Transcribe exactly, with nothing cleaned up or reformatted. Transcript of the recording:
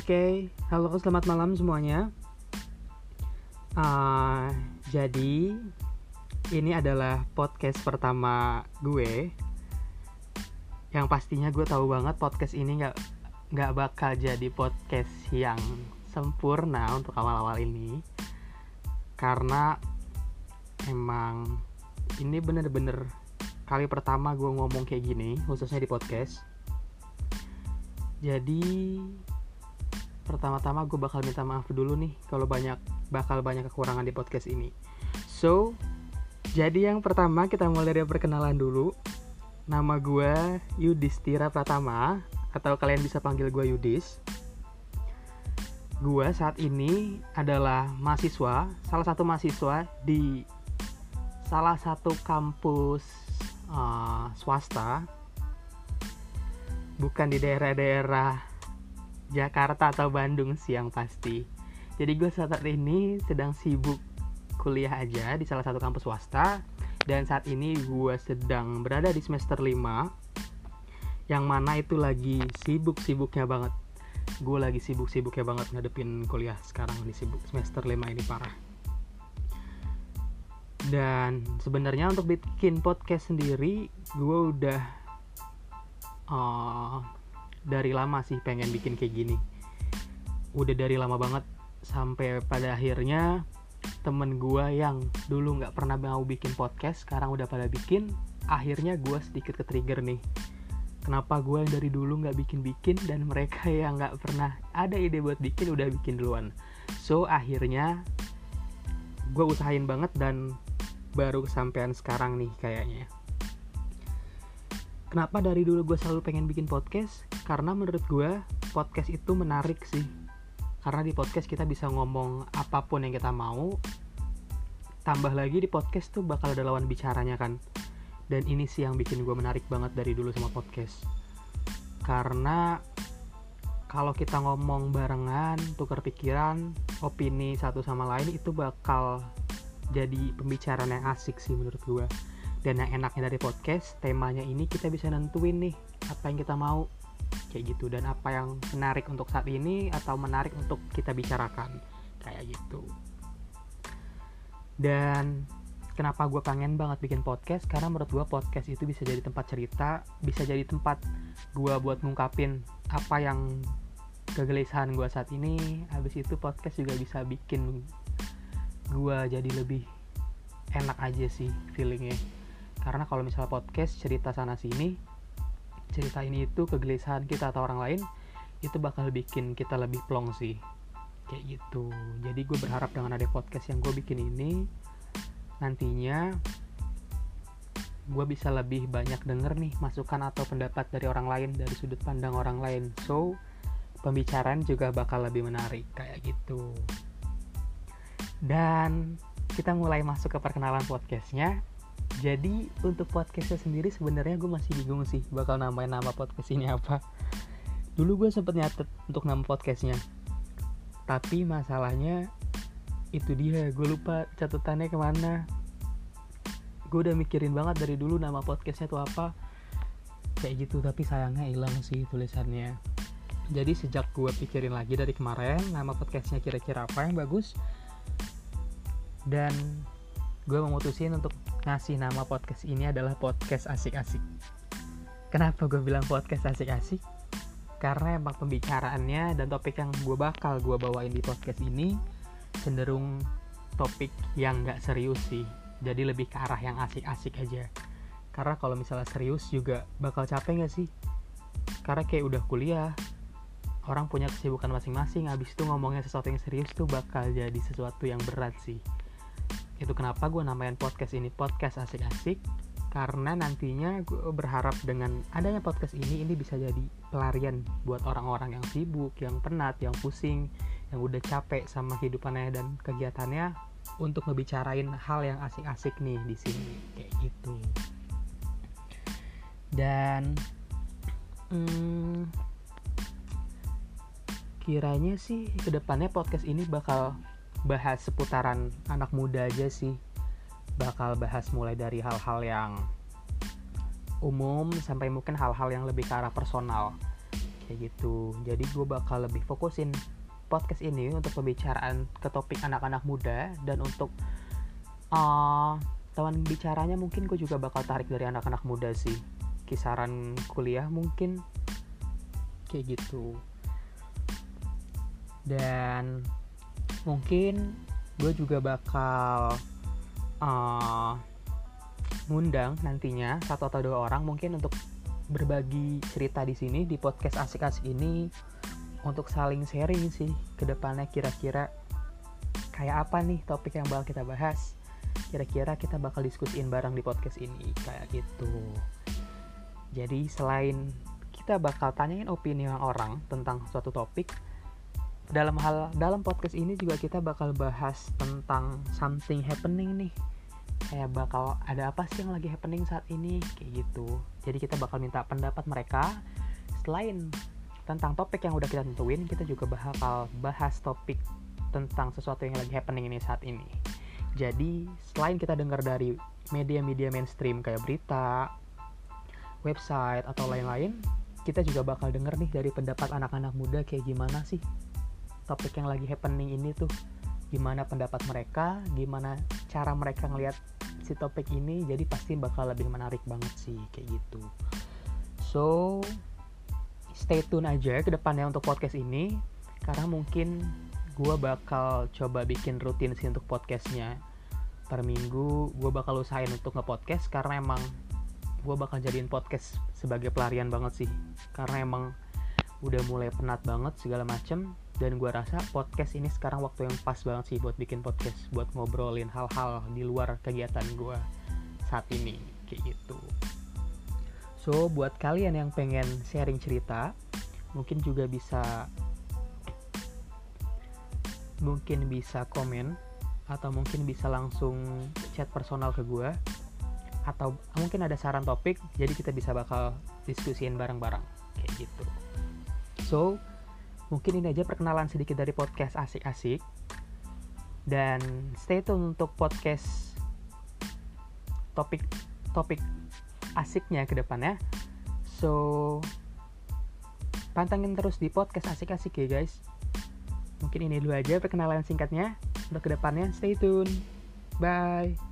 Oke, halo selamat malam semuanya. Uh, jadi ini adalah podcast pertama gue. Yang pastinya gue tahu banget podcast ini nggak nggak bakal jadi podcast yang sempurna untuk awal-awal ini, karena emang ini bener-bener kali pertama gue ngomong kayak gini, khususnya di podcast. Jadi pertama-tama gue bakal minta maaf dulu nih kalau banyak bakal banyak kekurangan di podcast ini. So, jadi yang pertama kita mulai dari perkenalan dulu. Nama gue Yudhistira Pratama, atau kalian bisa panggil gue Yudis. Gue saat ini adalah mahasiswa, salah satu mahasiswa di salah satu kampus uh, swasta, bukan di daerah-daerah Jakarta atau Bandung sih yang pasti. Jadi gue saat ini sedang sibuk kuliah aja di salah satu kampus swasta. Dan saat ini gue sedang berada di semester lima, yang mana itu lagi sibuk-sibuknya banget. Gue lagi sibuk-sibuknya banget ngadepin kuliah sekarang di sibuk semester lima ini parah. Dan sebenarnya untuk bikin podcast sendiri gue udah uh, dari lama sih pengen bikin kayak gini. Udah dari lama banget, sampai pada akhirnya temen gue yang dulu gak pernah mau bikin podcast sekarang udah pada bikin. Akhirnya gue sedikit ke-trigger nih, kenapa gue dari dulu gak bikin-bikin dan mereka yang gak pernah ada ide buat bikin udah bikin duluan. So akhirnya gue usahain banget dan baru kesampean sekarang nih kayaknya. Kenapa dari dulu gue selalu pengen bikin podcast? Karena menurut gue podcast itu menarik sih. Karena di podcast kita bisa ngomong apapun yang kita mau. Tambah lagi di podcast tuh bakal ada lawan bicaranya kan. Dan ini sih yang bikin gue menarik banget dari dulu sama podcast. Karena kalau kita ngomong barengan, tukar pikiran, opini satu sama lain, itu bakal jadi pembicaraan yang asik sih menurut gue. Dan yang enaknya dari podcast, temanya ini kita bisa nentuin nih apa yang kita mau, kayak gitu. Dan apa yang menarik untuk saat ini atau menarik untuk kita bicarakan, kayak gitu. Dan kenapa gue pengen banget bikin podcast? Karena menurut gue podcast itu bisa jadi tempat cerita, bisa jadi tempat gue buat ngungkapin apa yang kegelisahan gue saat ini. Habis itu podcast juga bisa bikin gue jadi lebih enak aja sih feelingnya. Karena kalau misalnya podcast cerita sana sini, cerita ini itu kegelisahan kita atau orang lain, itu bakal bikin kita lebih plong sih, kayak gitu. Jadi gue berharap dengan ada podcast yang gue bikin ini, nantinya gue bisa lebih banyak denger nih masukan atau pendapat dari orang lain, dari sudut pandang orang lain. So pembicaraan juga bakal lebih menarik, kayak gitu. Dan kita mulai masuk ke perkenalan podcastnya. Jadi untuk podcastnya sendiri sebenarnya gue masih bingung sih bakal namain nama podcast ini apa. Dulu gue sempet nyatet untuk nama podcastnya, tapi masalahnya itu dia, gue lupa catatannya kemana. Gue udah mikirin banget dari dulu nama podcastnya tuh apa, kayak gitu, tapi sayangnya hilang sih tulisannya. Jadi sejak gue pikirin lagi dari kemarin nama podcastnya kira-kira apa yang bagus, dan gue memutusin untuk ngasih nama podcast ini adalah podcast asik-asik. Kenapa gue bilang podcast asik-asik? Karena emang pembicaraannya dan topik yang gue bakal gue bawain di podcast ini cenderung topik yang gak serius sih. Jadi lebih ke arah yang asik-asik aja. Karena kalau misalnya serius juga bakal capek gak sih? Karena kayak udah kuliah, orang punya kesibukan masing-masing, abis itu ngomongnya sesuatu yang serius tuh bakal jadi sesuatu yang berat sih. Itu kenapa gue namain podcast ini podcast asik-asik, karena nantinya gue berharap dengan adanya podcast ini ini bisa jadi pelarian buat orang-orang yang sibuk, yang penat, yang pusing, yang udah capek sama kehidupannya dan kegiatannya, untuk ngebicarain hal yang asik-asik nih di sini, kayak gitu. Dan hmm, kiranya sih kedepannya podcast ini bakal bahas seputaran anak muda aja sih. Bakal bahas mulai dari hal-hal yang umum sampai mungkin hal-hal yang lebih ke arah personal, kayak gitu. Jadi gue bakal lebih fokusin podcast ini untuk pembicaraan ke topik anak-anak muda, dan untuk uh, teman bicaranya mungkin gue juga bakal tarik dari anak-anak muda sih, kisaran kuliah mungkin kayak gitu. Dan mungkin gue juga bakal uh, ngundang nantinya satu atau dua orang mungkin untuk berbagi cerita di sini di podcast asik-asik ini, untuk saling sharing sih ke depannya, kira-kira kayak apa nih topik yang bakal kita bahas, kira-kira kita bakal diskusiin bareng di podcast ini kayak gitu. Jadi selain kita bakal tanyain opini orang tentang suatu topik, dalam hal dalam podcast ini juga kita bakal bahas tentang something happening nih, kayak bakal ada apa sih yang lagi happening saat ini kayak gitu. Jadi kita bakal minta pendapat mereka. Selain tentang topik yang udah kita tentuin, kita juga bakal bahas topik tentang sesuatu yang lagi happening ini saat ini. Jadi selain kita dengar dari media-media mainstream kayak berita, website atau lain-lain, kita juga bakal denger nih dari pendapat anak-anak muda kayak gimana sih topik yang lagi happening ini tuh, gimana pendapat mereka, gimana cara mereka ngelihat si topik ini. Jadi pasti bakal lebih menarik banget sih kayak gitu. So stay tune aja ke depannya untuk podcast ini, karena mungkin gue bakal coba bikin rutin sih untuk podcastnya. Per minggu gue bakal usahain untuk nge-podcast, karena emang gue bakal jadiin podcast sebagai pelarian banget sih, karena emang udah mulai penat banget segala macem. Dan gue rasa podcast ini sekarang waktu yang pas banget sih buat bikin podcast, buat ngobrolin hal-hal di luar kegiatan gue saat ini kayak gitu. So buat kalian yang pengen sharing cerita, mungkin juga bisa mungkin bisa komen, atau mungkin bisa langsung chat personal ke gue, atau mungkin ada saran topik, jadi kita bisa bakal diskusiin bareng-bareng kayak gitu. So mungkin ini aja perkenalan sedikit dari podcast asik-asik, dan stay tune untuk podcast topik-topik asiknya ke depannya. So pantengin terus di podcast asik-asik ya guys. Mungkin ini dulu aja perkenalan singkatnya. Untuk ke depannya stay tune. Bye.